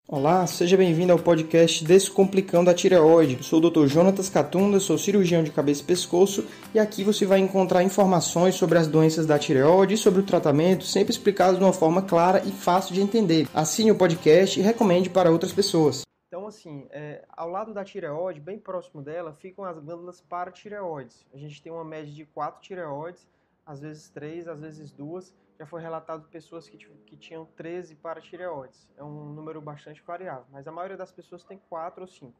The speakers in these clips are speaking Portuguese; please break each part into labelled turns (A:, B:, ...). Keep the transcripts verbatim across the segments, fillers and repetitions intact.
A: Olá, seja bem-vindo ao podcast Descomplicando a Tireoide. Eu sou o doutor Jonatas Catunda, sou cirurgião de cabeça e pescoço e aqui você vai encontrar informações sobre as doenças da tireoide e sobre o tratamento, sempre explicado de uma forma clara e fácil de entender. Assine o podcast e recomende para outras pessoas. Então, assim, é, ao lado da tireoide, bem próximo dela, ficam as glândulas paratireoides. A gente tem uma média de quatro tireoides, às vezes três, às vezes duas. Já foi relatado pessoas que, que tinham treze paratireoides. É um número bastante variável, mas a maioria das pessoas tem quatro ou cinco.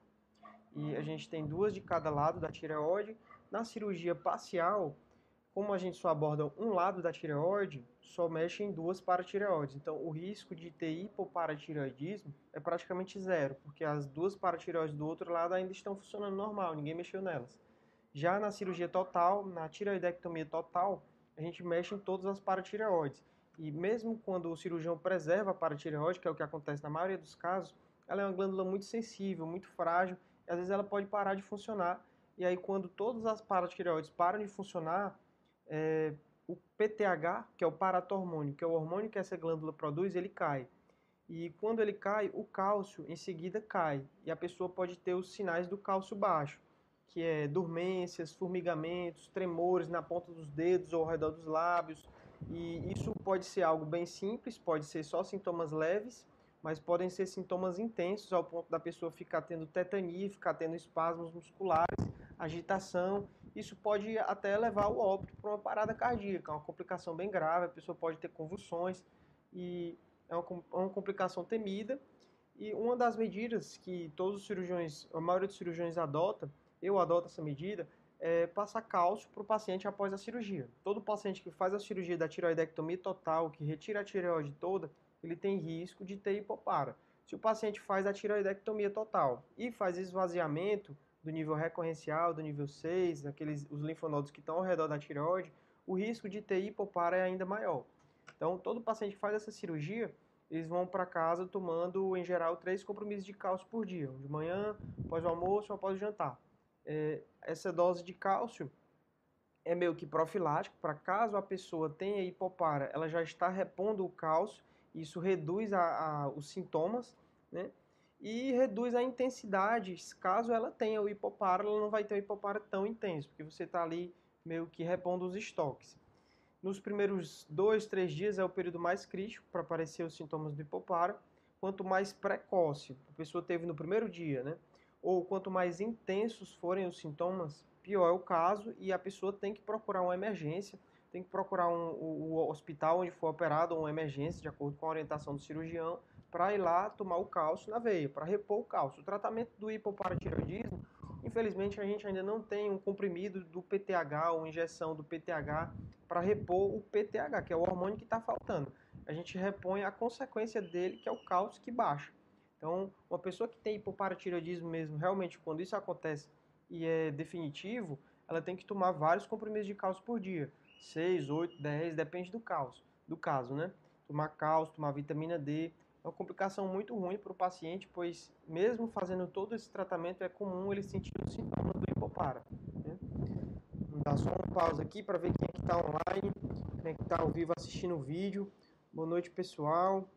A: E a gente tem duas de cada lado da tireoide. Na cirurgia parcial, como a gente só aborda um lado da tireoide, só mexe em duas paratireoides. Então, o risco de ter hipoparatireoidismo é praticamente zero, porque as duas paratireoides do outro lado ainda estão funcionando normal, ninguém mexeu nelas. Já na cirurgia total, na tireoidectomia total, a gente mexe em todas as paratireoides. E mesmo quando o cirurgião preserva a paratireoide, que é o que acontece na maioria dos casos, ela é uma glândula muito sensível, muito frágil, e às vezes ela pode parar de funcionar. E aí, quando todas as paratireoides param de funcionar, é, o P T H, que é o paratormônio, que é o hormônio que essa glândula produz, ele cai. E quando ele cai, o cálcio em seguida cai. E a pessoa pode ter os sinais do cálcio baixo, que é dormências, formigamentos, tremores na ponta dos dedos ou ao redor dos lábios. E isso pode ser algo bem simples, pode ser só sintomas leves, mas podem ser sintomas intensos ao ponto da pessoa ficar tendo tetania, ficar tendo espasmos musculares, agitação. Isso pode até levar ao óbito para uma parada cardíaca, uma complicação bem grave, a pessoa pode ter convulsões e é uma, é uma complicação temida. E uma das medidas que todos os cirurgiões, a maioria dos cirurgiões adota, eu adoto essa medida, é passar cálcio para o paciente após a cirurgia. Todo paciente que faz a cirurgia da tireoidectomia total, que retira a tireoide toda, ele tem risco de ter hipopara. Se o paciente faz a tireoidectomia total e faz esvaziamento do nível recorrencial, do nível seis, aqueles, os linfonodos que estão ao redor da tireoide, o risco de ter hipopara é ainda maior. Então, todo paciente que faz essa cirurgia, eles vão para casa tomando, em geral, três compromissos de cálcio por dia, de manhã, após o almoço ou após o jantar. É, essa dose de cálcio é meio que profilático, para caso a pessoa tenha hipopara, ela já está repondo o cálcio, isso reduz a, a, os sintomas, né? E reduz a intensidade, caso ela tenha o hipopara, ela não vai ter o hipopara tão intenso, porque você está ali meio que repondo os estoques. Nos primeiros dois, três dias é o período mais crítico para aparecer os sintomas do hipopara. Quanto mais precoce a pessoa teve no primeiro dia, né? Ou quanto mais intensos forem os sintomas, pior é o caso e a pessoa tem que procurar uma emergência, tem que procurar um, o, o hospital onde for operado ou uma emergência, de acordo com a orientação do cirurgião, para ir lá tomar o cálcio na veia, para repor o cálcio. O tratamento do hipoparatireoidismo, infelizmente, a gente ainda não tem um comprimido do P T H ou injeção do P T H para repor o P T H, que é o hormônio que está faltando. A gente repõe a consequência dele, que é o cálcio que baixa. Então, uma pessoa que tem hipoparatireoidismo mesmo, realmente, quando isso acontece e é definitivo, ela tem que tomar vários comprimidos de cálcio por dia. seis, oito, dez, depende do cálcio, do caso, né? Tomar cálcio, tomar vitamina D. É uma complicação muito ruim para o paciente, pois mesmo fazendo todo esse tratamento, é comum ele sentir os sintomas do hipopara. Né? Vou dar só uma pausa aqui para ver quem é que está online, quem é que está ao vivo assistindo o vídeo. Boa noite, pessoal.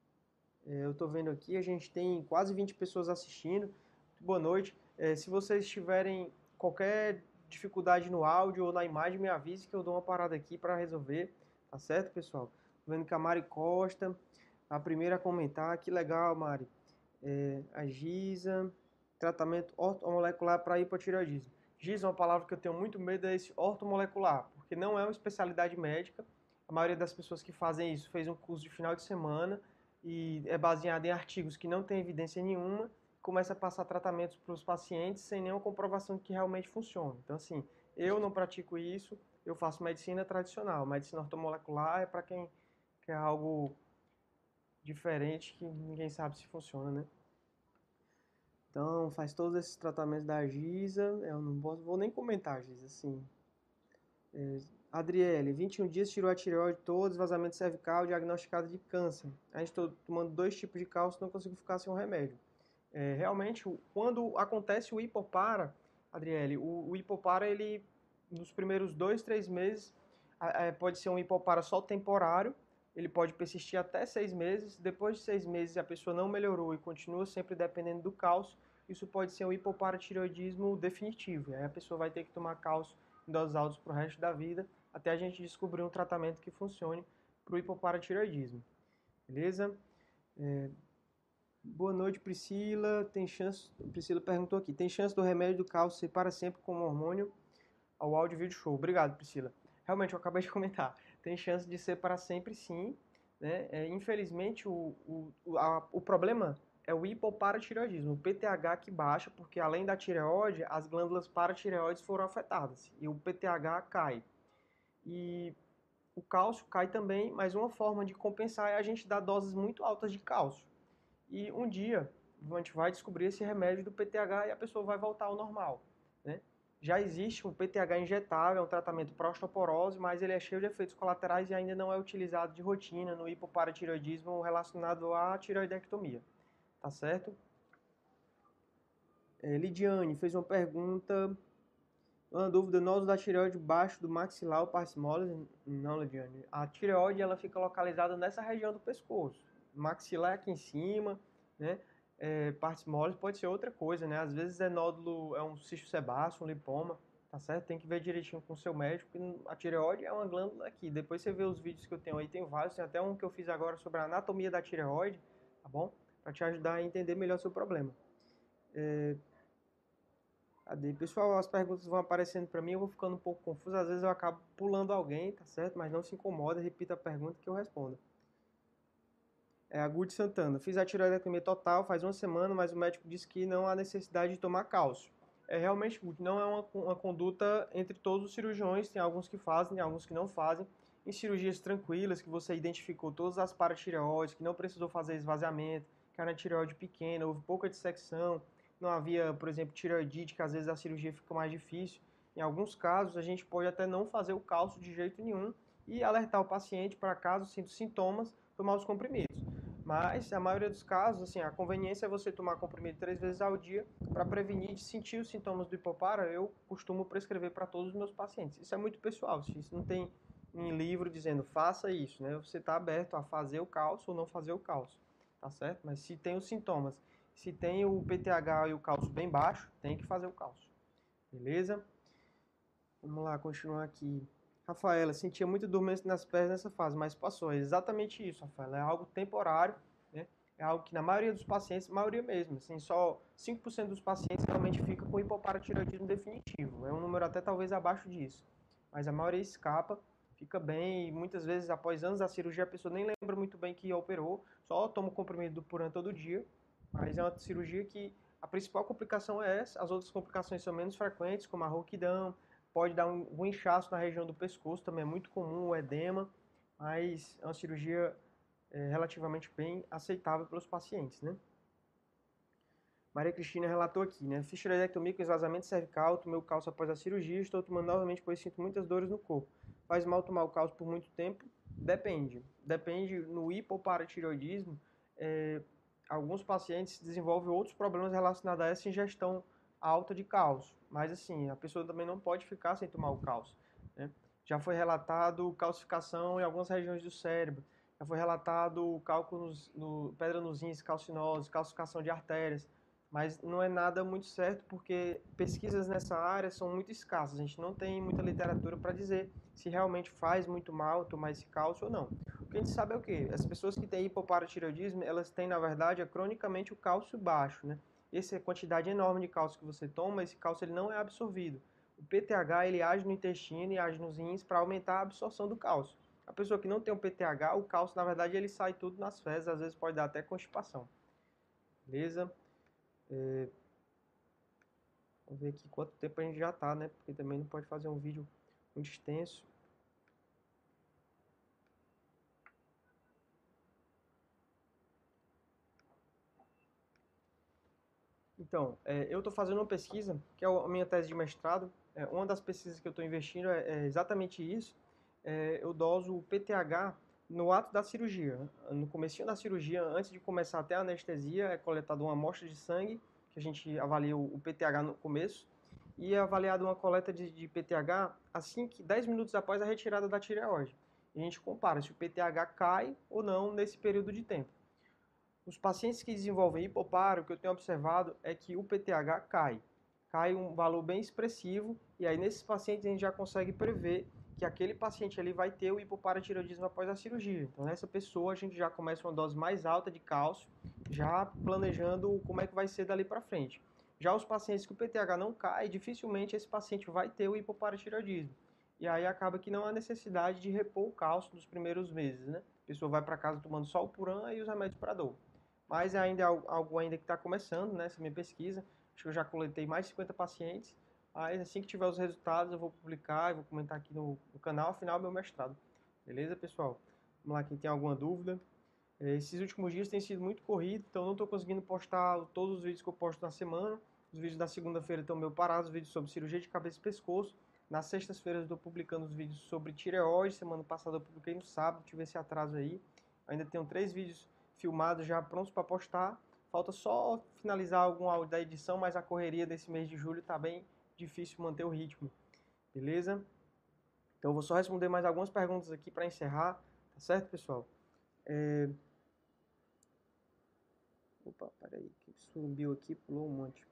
A: É, eu estou vendo aqui, a gente tem quase vinte pessoas assistindo. Boa noite. É, se vocês tiverem qualquer dificuldade no áudio ou na imagem, me avise que eu dou uma parada aqui para resolver. Tá certo, pessoal? Tô vendo que a Mari Costa, a primeira a comentar. Que legal, Mari. É, a Giza, tratamento ortomolecular para hipotireoidismo. Giza, uma palavra que eu tenho muito medo é esse ortomolecular, porque não é uma especialidade médica. A maioria das pessoas que fazem isso fez um curso de final de semana e é baseado em artigos que não têm evidência nenhuma, começa a passar tratamentos para os pacientes sem nenhuma comprovação de que realmente funciona. Então, assim, eu não pratico isso, eu faço medicina tradicional. Medicina ortomolecular é para quem quer algo diferente que ninguém sabe se funciona, né? Então, faz todos esses tratamentos da Giza. Eu não vou, vou nem comentar, Giza, assim. É, Adriele, vinte e um dias, tirou a tireoide toda, vazamento cervical, diagnosticado de câncer. A gente está tomando dois tipos de cálcio, não consigo ficar sem um remédio. É, realmente, quando acontece o hipopara, Adriele, o, o hipopara, ele, nos primeiros dois, três meses, é, pode ser um hipopara só temporário, ele pode persistir até seis meses. Depois de seis meses a pessoa não melhorou e continua sempre dependendo do cálcio, isso pode ser um hipoparatireoidismo definitivo. Aí a pessoa vai ter que tomar cálcio em doses altas para o resto da vida, até a gente descobrir um tratamento que funcione para o hipoparatireoidismo. Beleza? É... Boa noite, Priscila. Tem chance... Priscila perguntou aqui, tem chance do remédio do cálcio ser para sempre como hormônio ao áudio vídeo show? Obrigado, Priscila. Realmente, eu acabei de comentar. Tem chance de ser para sempre, sim. Né? É, infelizmente, o, o, a, o problema é o hipoparatireoidismo, o P T H que baixa, porque além da tireoide, as glândulas paratireoides foram afetadas e o P T H cai. E o cálcio cai também, mas uma forma de compensar é a gente dar doses muito altas de cálcio. E um dia a gente vai descobrir esse remédio do P T H e a pessoa vai voltar ao normal. Né? Já existe um P T H injetável, é um tratamento para osteoporose, mas ele é cheio de efeitos colaterais e ainda não é utilizado de rotina no hipoparatireoidismo relacionado à tireoidectomia. Tá certo? É, Lidiane fez uma pergunta, uma dúvida, nódulo da tireoide baixo do maxilar ou pars mollis? Não, Lidiane. A tireoide ela fica localizada nessa região do pescoço. Maxilar é aqui em cima, né? É, pars mollis pode ser outra coisa, né? Às vezes é nódulo, é um cisto sebáceo, um lipoma, tá certo? Tem que ver direitinho com o seu médico, porque a tireoide é uma glândula aqui. Depois você vê os vídeos que eu tenho aí, tem vários, tem até um que eu fiz agora sobre a anatomia da tireoide, tá bom? Para te ajudar a entender melhor o seu problema. É... Cadê? Pessoal, as perguntas vão aparecendo para mim, eu vou ficando um pouco confuso, às vezes eu acabo pulando alguém, tá certo? Mas não se incomoda, repita a pergunta que eu respondo. É a Gude Santana. Fiz a tireoidectomia total faz uma semana, mas o médico disse que não há necessidade de tomar cálcio. É realmente, Gude, não é uma, uma conduta entre todos os cirurgiões, tem alguns que fazem, tem alguns que não fazem. Em cirurgias tranquilas, que você identificou todas as paratireoides, que não precisou fazer esvaziamento, que era tireoide pequena, houve pouca dissecção, não havia, por exemplo, tireoidite, que às vezes a cirurgia fica mais difícil. Em alguns casos, a gente pode até não fazer o cálcio de jeito nenhum e alertar o paciente para, caso sinta sintomas, tomar os comprimidos. Mas, a maioria dos casos, assim, a conveniência é você tomar comprimido três vezes ao dia para prevenir de sentir os sintomas do hipopara. Eu costumo prescrever para todos os meus pacientes. Isso é muito pessoal, isso não tem em livro dizendo faça isso, né? Você está aberto a fazer o cálcio ou não fazer o cálcio, tá certo? Mas se tem os sintomas, se tem o P T H e o cálcio bem baixo, tem que fazer o cálcio, beleza? Vamos lá, continuar aqui. Rafaela, sentia muito dormência nas pernas nessa fase, mas passou. É exatamente isso, Rafaela. É algo temporário, né? É algo que na maioria dos pacientes, maioria mesmo, assim, só cinco por cento dos pacientes realmente fica com hipoparatireoidismo definitivo. É um número até talvez abaixo disso. Mas a maioria escapa, fica bem, e muitas vezes após anos da cirurgia a pessoa nem lembra muito bem que operou, só toma o comprimido do Puran todo dia, mas é uma cirurgia que a principal complicação é essa, as outras complicações são menos frequentes, como a rouquidão, pode dar um, um inchaço na região do pescoço, também é muito comum o edema, mas é uma cirurgia é, relativamente bem aceitável pelos pacientes, né? Maria Cristina relatou aqui, né? Fiz tireoidectomia com esvazamento cervical, tomei o cálcio após a cirurgia, estou tomando novamente, pois sinto muitas dores no corpo. Faz mal tomar o cálcio por muito tempo? Depende. Depende, no hipoparatireoidismo, é, alguns pacientes desenvolvem outros problemas relacionados a essa ingestão alta de cálcio. Mas assim, a pessoa também não pode ficar sem tomar o cálcio, né? Já foi relatado calcificação em algumas regiões do cérebro. Já foi relatado cálculo no, pedra nos rins, calcinose, calcificação de artérias. Mas não é nada muito certo porque pesquisas nessa área são muito escassas. A gente não tem muita literatura para dizer se realmente faz muito mal tomar esse cálcio ou não. O que a gente sabe é o quê? As pessoas que têm hipoparatireoidismo, elas têm, na verdade, é, cronicamente o cálcio baixo, né? Essa quantidade enorme de cálcio que você toma, esse cálcio ele não é absorvido. O P T H ele age no intestino e age nos rins para aumentar a absorção do cálcio. A pessoa que não tem o P T H, o cálcio, na verdade, ele sai tudo nas fezes, às vezes pode dar até constipação. Beleza? É... Vamos ver aqui quanto tempo a gente já tá, né? Porque também não pode fazer um vídeo muito extenso. Então, é, eu estou fazendo uma pesquisa, que é a minha tese de mestrado. É, uma das pesquisas que eu estou investindo é, é exatamente isso. É, eu doso o P T H no ato da cirurgia. No comecinho da cirurgia, antes de começar até a anestesia, é coletada uma amostra de sangue, que a gente avalia o, o P T H no começo, e é avaliada uma coleta de, de P T H assim que dez minutos após a retirada da tireoide. e a gente compara se o P T H cai ou não nesse período de tempo. Os pacientes que desenvolvem hipoparo, o que eu tenho observado é que o P T H cai, cai um valor bem expressivo, e aí nesses pacientes a gente já consegue prever que aquele paciente ali vai ter o hipoparatireoidismo após a cirurgia. Então nessa pessoa a gente já começa uma dose mais alta de cálcio, já planejando como é que vai ser dali para frente. Já os pacientes que o P T H não cai, dificilmente esse paciente vai ter o hipoparatireoidismo. E aí acaba que não há necessidade de repor o cálcio nos primeiros meses, né? A pessoa vai para casa tomando só o Puran e os remédios para dor. Mas ainda é algo ainda que está começando, né, essa minha pesquisa. Acho que eu já coletei mais de cinquenta pacientes. Aí assim que tiver os resultados eu vou publicar, eu vou comentar aqui no, no canal, afinal é meu mestrado. Beleza, pessoal? Vamos lá, quem tem alguma dúvida. Esses últimos dias tem sido muito corrido, então não estou conseguindo postar todos os vídeos que eu posto na semana. Os vídeos da segunda-feira estão meio parados, os vídeos sobre cirurgia de cabeça e pescoço. Nas sextas-feiras eu estou publicando os vídeos sobre tireoide. Semana passada eu publiquei no sábado, tive esse atraso aí. Ainda tenho três vídeos filmados já prontos para postar. Falta só finalizar algum áudio da edição, mas a correria desse mês de julho está bem difícil manter o ritmo. Beleza? Então eu vou só responder mais algumas perguntas aqui para encerrar. Tá certo, pessoal? É... Opa, peraí, que subiu aqui, pulou um monte.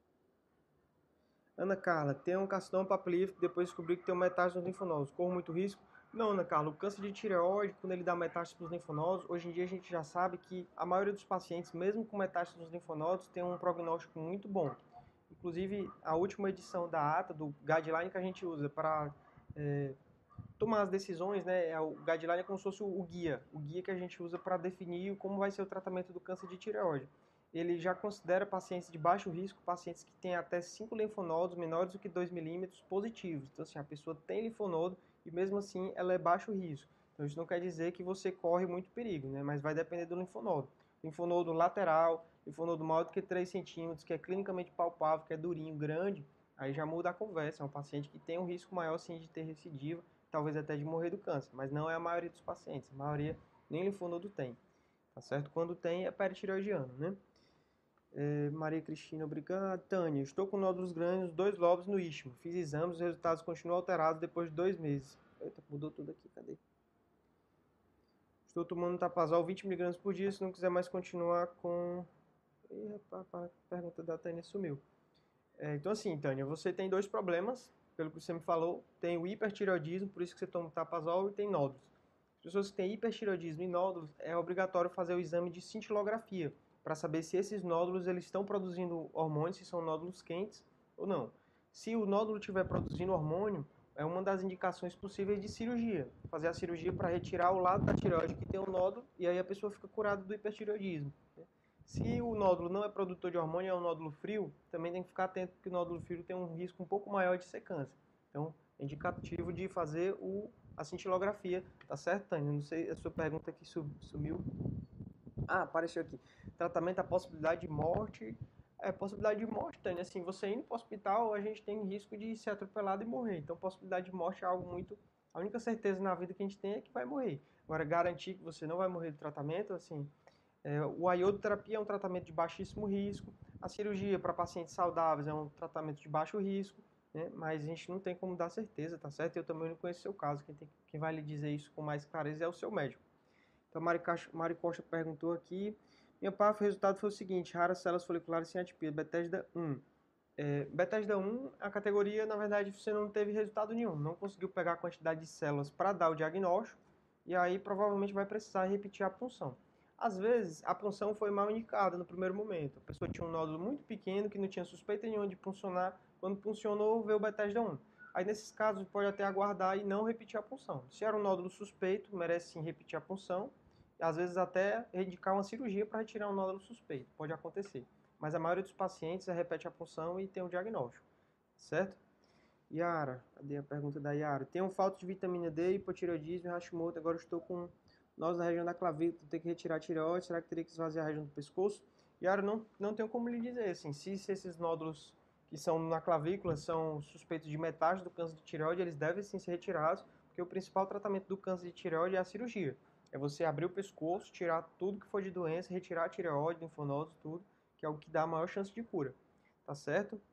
A: Ana Carla, tem um carcinoma papilífero, depois descobri que tem um metástase nos linfonodos. Corro muito risco? Não, Ana Carla, o câncer de tireoide, quando ele dá metástase nos linfonodos, hoje em dia a gente já sabe que a maioria dos pacientes, mesmo com metástase nos linfonodos, tem um prognóstico muito bom. Inclusive, a última edição da ata, do guideline que a gente usa para é, tomar as decisões, né, é o guideline é como se fosse o guia, o guia que a gente usa para definir como vai ser o tratamento do câncer de tireoide. Ele já considera pacientes de baixo risco, pacientes que têm até cinco linfonodos menores do que dois milímetros positivos. Então, assim, a pessoa tem linfonodo e mesmo assim ela é baixo risco. Então, isso não quer dizer que você corre muito perigo, né? Mas vai depender do linfonodo. Linfonodo lateral, linfonodo maior do que três centímetros, que é clinicamente palpável, que é durinho, grande, aí já muda a conversa. É um paciente que tem um risco maior, sim, de ter recidiva, talvez até de morrer do câncer, mas não é a maioria dos pacientes. A maioria nem linfonodo tem, tá certo? Quando tem é paratireoidiano, né? É, Maria Cristina, obrigado. Tânia, estou com nódulos grandes nos dois lobos no istmo. Fiz exames, os resultados continuam alterados depois de dois meses. Eita, mudou tudo aqui, cadê? Estou tomando Tapazol vinte miligramas por dia, se não quiser mais continuar com... Ih, rapaz, a pergunta da Tânia sumiu. É, então assim, Tânia, você tem dois problemas, pelo que você me falou. Tem o hipertireoidismo, por isso que você toma Tapazol, e tem nódulos. As pessoas que têm hipertireoidismo e nódulos, é obrigatório fazer o exame de cintilografia, para saber se esses nódulos eles estão produzindo hormônios, se são nódulos quentes ou não. Se o nódulo estiver produzindo hormônio, é uma das indicações possíveis de cirurgia. Fazer a cirurgia para retirar o lado da tireoide que tem o nódulo, e aí a pessoa fica curada do hipertireoidismo. Se o nódulo não é produtor de hormônio, é um nódulo frio, também tem que ficar atento porque o nódulo frio tem um risco um pouco maior de ser câncer. Então, é indicativo de fazer o, a cintilografia, tá certo, Tânia? Não sei, a sua pergunta aqui sumiu. Ah, apareceu aqui. Tratamento a possibilidade de morte. É, possibilidade de morte, Tânia. Assim, você indo para o hospital, a gente tem risco de ser atropelado e morrer. Então, possibilidade de morte é algo muito... A única certeza na vida que a gente tem é que vai morrer. Agora, garantir que você não vai morrer do tratamento, assim... É, o iodoterapia é um tratamento de baixíssimo risco. A cirurgia para pacientes saudáveis é um tratamento de baixo risco, né? Mas a gente não tem como dar certeza, tá certo? Eu também não conheço o seu caso. Quem, tem, quem vai lhe dizer isso com mais clareza é o seu médico. Então, a Mari Costa perguntou aqui. Minha P A F, o resultado foi o seguinte: raras células foliculares sem atipia, Bethesda um. É, Bethesda um, a categoria, na verdade, você não teve resultado nenhum. Não conseguiu pegar a quantidade de células para dar o diagnóstico. E aí, provavelmente, vai precisar repetir a punção. Às vezes, a punção foi mal indicada no primeiro momento. A pessoa tinha um nódulo muito pequeno, que não tinha suspeita nenhuma de puncionar. Quando puncionou, veio o Bethesda um. Aí, nesses casos, pode até aguardar e não repetir a punção. Se era um nódulo suspeito, merece sim repetir a punção. Às vezes até indicar uma cirurgia para retirar um nódulo suspeito, pode acontecer. Mas a maioria dos pacientes repete a punção e tem um diagnóstico, certo? Yara, cadê a pergunta da Yara? Tenho falta de vitamina D, hipotireoidismo e Hashimoto, agora estou com nós na região da clavícula, tenho que retirar a tireoide, será que teria que esvaziar a região do pescoço? Yara, não, não tenho como lhe dizer, assim, se, se esses nódulos que são na clavícula são suspeitos de metástase do câncer de tireoide, eles devem sim ser retirados, porque o principal tratamento do câncer de tireoide é a cirurgia. É você abrir o pescoço, tirar tudo que for de doença, retirar a tireoide, linfonodos, tudo, que é o que dá a maior chance de cura. Tá certo?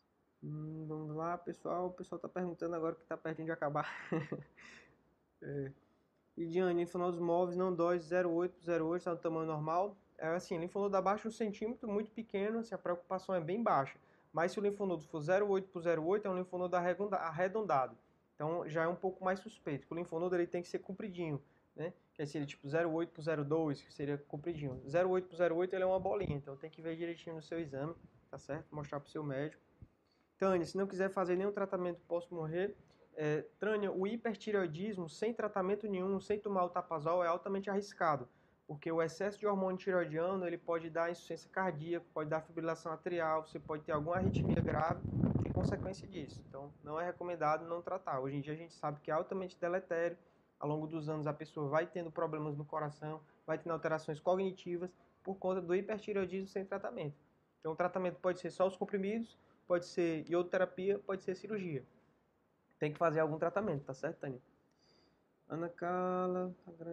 A: Hum, vamos lá, pessoal. O pessoal tá perguntando agora que tá pertinho de acabar. é. Lidiane, linfonodos móveis, não dói, zero vírgula oito por zero vírgula oito, está no tamanho normal. É assim, linfonodo abaixo de um centímetro, muito pequeno, assim, a preocupação é bem baixa. Mas se o linfonodo for zero vírgula oito por zero vírgula oito, é um linfonodo arredondado. Então já é um pouco mais suspeito, porque o linfonodo ele tem que ser compridinho, né? Que seria tipo zero vírgula oito por zero vírgula dois, que seria compridinho. zero vírgula oito por zero vírgula oito ele é uma bolinha, então tem que ver direitinho no seu exame, tá certo? Mostrar pro seu médico. Tânia, se não quiser fazer nenhum tratamento, posso morrer. É, Tânia, o hipertireoidismo sem tratamento nenhum, sem tomar o tapazol, é altamente arriscado, porque o excesso de hormônio tireoidiano ele pode dar insuficiência cardíaca, pode dar fibrilação atrial, você pode ter alguma arritmia grave em consequência disso. Então, não é recomendado não tratar. Hoje em dia a gente sabe que é altamente deletério. Ao longo dos anos a pessoa vai tendo problemas no coração, vai tendo alterações cognitivas por conta do hipertireoidismo sem tratamento. Então, o tratamento pode ser só os comprimidos, pode ser iodoterapia, pode ser cirurgia. Tem que fazer algum tratamento, tá certo, Tânia? Ana Carla.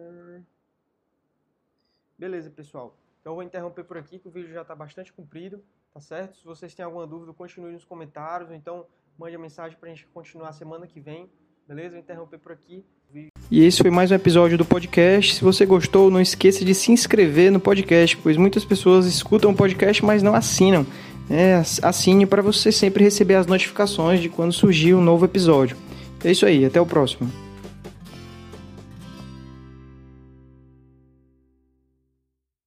A: Beleza, pessoal. Então eu vou interromper por aqui, que o vídeo já está bastante comprido, tá certo? Se vocês têm alguma dúvida, continue nos comentários, ou então mande a mensagem pra gente continuar semana que vem. Beleza? Vou interromper por aqui. E esse foi mais um episódio do podcast. Se você gostou, não esqueça de se inscrever no podcast, pois muitas pessoas escutam o podcast, mas não assinam. É, assine para você sempre receber as notificações de quando surgir um novo episódio. É isso aí, até o próximo.